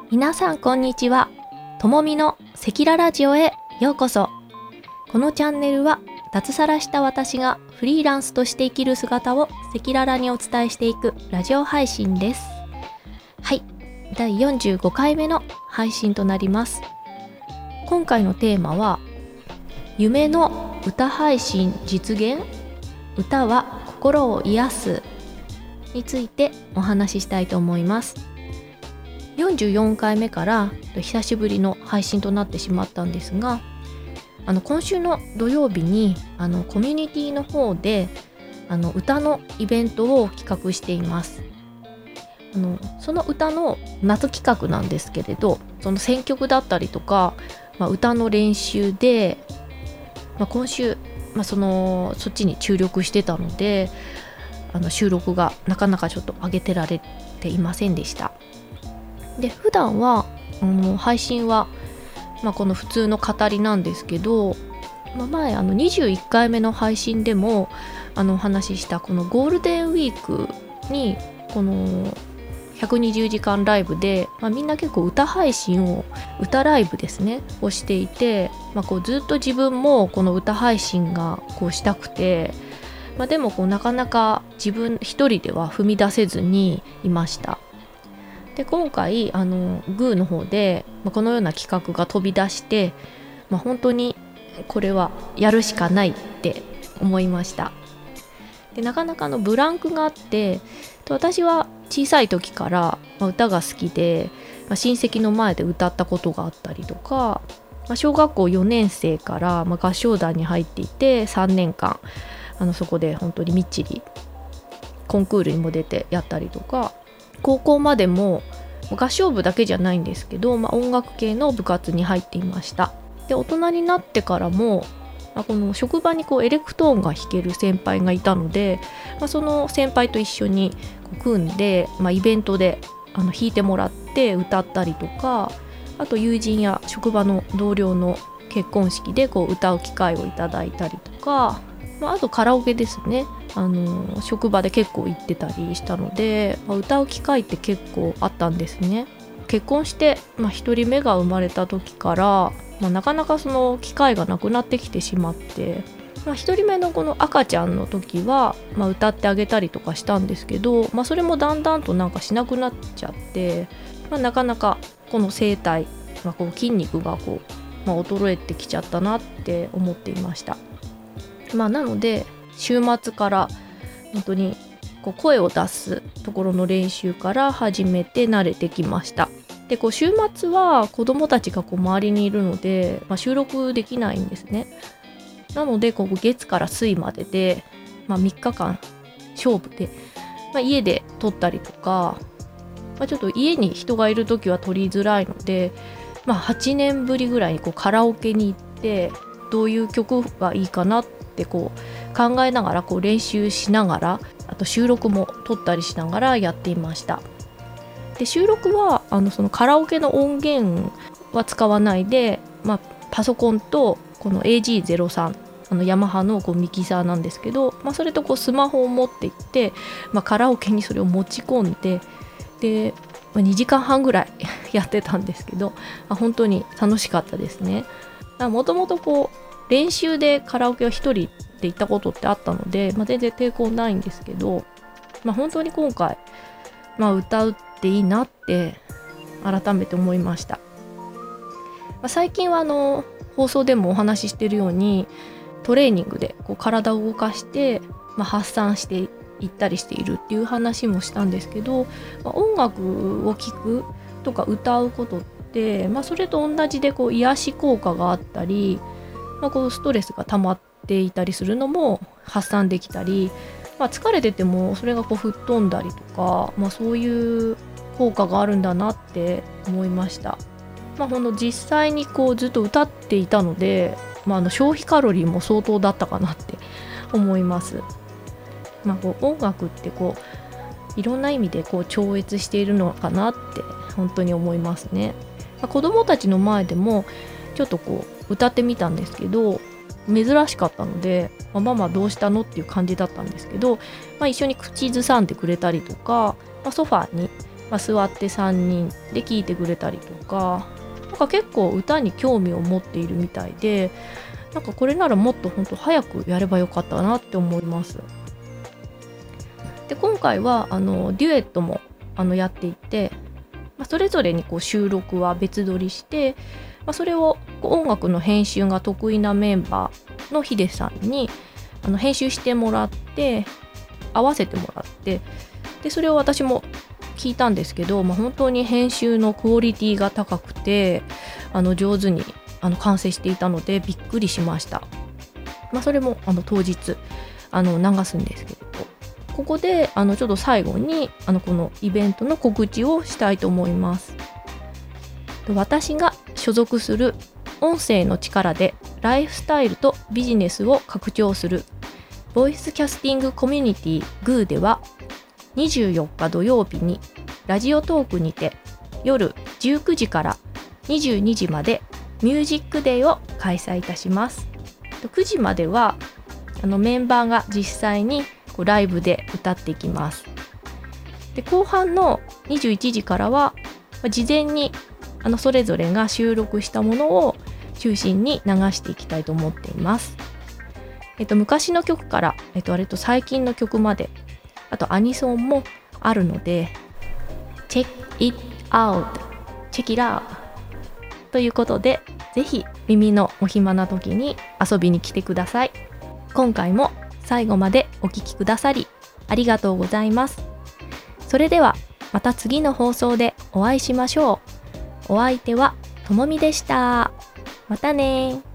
皆さんこんにちは。ともみのセキララジオへようこそ。このチャンネルは脱サラした私がフリーランスとして生きる姿をセキララにお伝えしていくラジオ配信です。はい、第45回目の配信となります。今回のテーマは夢の歌配信実現、歌は心を癒すについてお話ししたいと思います。44回目から久しぶりの配信となってしまったんですが、今週の土曜日にコミュニティの方で歌のイベントを企画しています。その歌の夏企画なんですけれど、その選曲だったりとか、歌の練習で、今週、そっちに注力してたので収録がなかなかちょっと上げてられていませんでした。で、普段は配信は、この普通の語りなんですけど、前21回目の配信でもお話ししたこのゴールデンウィークにこの120時間ライブで、みんな結構歌配信を歌ライブですねをしていて、ずっと自分もこの歌配信がしたくて、でもなかなか自分一人では踏み出せずにいました。で、今回グーの方で、このような企画が飛び出して、本当にこれはやるしかないって思いました。で、なかなかブランクがあって、私は小さい時から、歌が好きで、親戚の前で歌ったことがあったりとか、小学校4年生から、合唱団に入っていて3年間そこで本当にみっちりコンクールにも出てやったりとか、高校までも合唱部だけじゃないんですけど、音楽系の部活に入っていました。で、大人になってからも、この職場にエレクトーンが弾ける先輩がいたので、その先輩と一緒に組んで、イベントで弾いてもらって歌ったりとか、あと友人や職場の同僚の結婚式で歌う機会をいただいたりとか、あとカラオケですね。職場で結構行ってたりしたので、歌う機会って結構あったんですね。結婚して、1人目が生まれた時から、なかなかその機会がなくなってきてしまって、1人目のこの赤ちゃんの時は、歌ってあげたりとかしたんですけど、それもだんだんとしなくなっちゃって、なかなかこの声帯、筋肉が衰えてきちゃったなって思っていました。なので週末から本当に声を出すところの練習から始めて慣れてきました。で、週末は子供たちが周りにいるので、収録できないんですね。なので月から水までで、3日間勝負で、家で撮ったりとか、ちょっと家に人がいる時は撮りづらいので、8年ぶりぐらいにカラオケに行って、どういう曲がいいかなって考えながら練習しながら、あと収録も撮ったりしながらやっていました。で、収録はそのカラオケの音源は使わないで、パソコンとこの AG03 ヤマハのミキサーなんですけど、それとスマホを持って行って、カラオケにそれを持ち込んで、で、2時間半ぐらいやってたんですけど、本当に楽しかったですね。もともと練習でカラオケを一人で行ったことってあったので、全然抵抗ないんですけど、本当に今回、歌うっていいなって改めて思いました。最近は放送でもお話ししているように、トレーニングで体を動かして、発散していったりしているっていう話もしたんですけど、音楽を聴くとか歌うことって、それと同じで癒し効果があったり、ストレスが溜まっていたりするのも発散できたり、疲れててもそれが吹っ飛んだりとか、そういう効果があるんだなって思いました。実際にずっと歌っていたので、消費カロリーも相当だったかなって思います。音楽っていろんな意味で超越しているのかなって本当に思いますね。子供たちの前でもちょっと歌ってみたんですけど、珍しかったので、ママどうしたのっていう感じだったんですけど、一緒に口ずさんでくれたりとか、ソファーに座って3人で聴いてくれたりとか、なんか結構歌に興味を持っているみたいで、なんかこれならもっと本当早くやればよかったなって思います。で今回はデュエットもやっていて、それぞれに収録は別撮りして、それを音楽の編集が得意なメンバーのヒデさんに編集してもらって合わせてもらって、でそれを私も聞いたんですけど、本当に編集のクオリティが高くて上手に完成していたのでびっくりしました。それも当日流すんですけれど、ここでちょっと最後にこのイベントの告知をしたいと思います。私が所属する音声の力でライフスタイルとビジネスを拡張するボイスキャスティングコミュニティグーでは、24日土曜日にラジオトークにて夜19時から22時までミュージックデーを開催いたします。9時まではメンバーが実際にライブで歌っていきます。で後半の21時からは事前にそれぞれが収録したものを中心に流していきたいと思っています。昔の曲から割と最近の曲まで、あとアニソンもあるので、Check it out! Check it out! ということで、ぜひ耳のお暇な時に遊びに来てください。今回も最後までお聞きくださりありがとうございます。それではまた次の放送でお会いしましょう。お相手はともみでした。またね。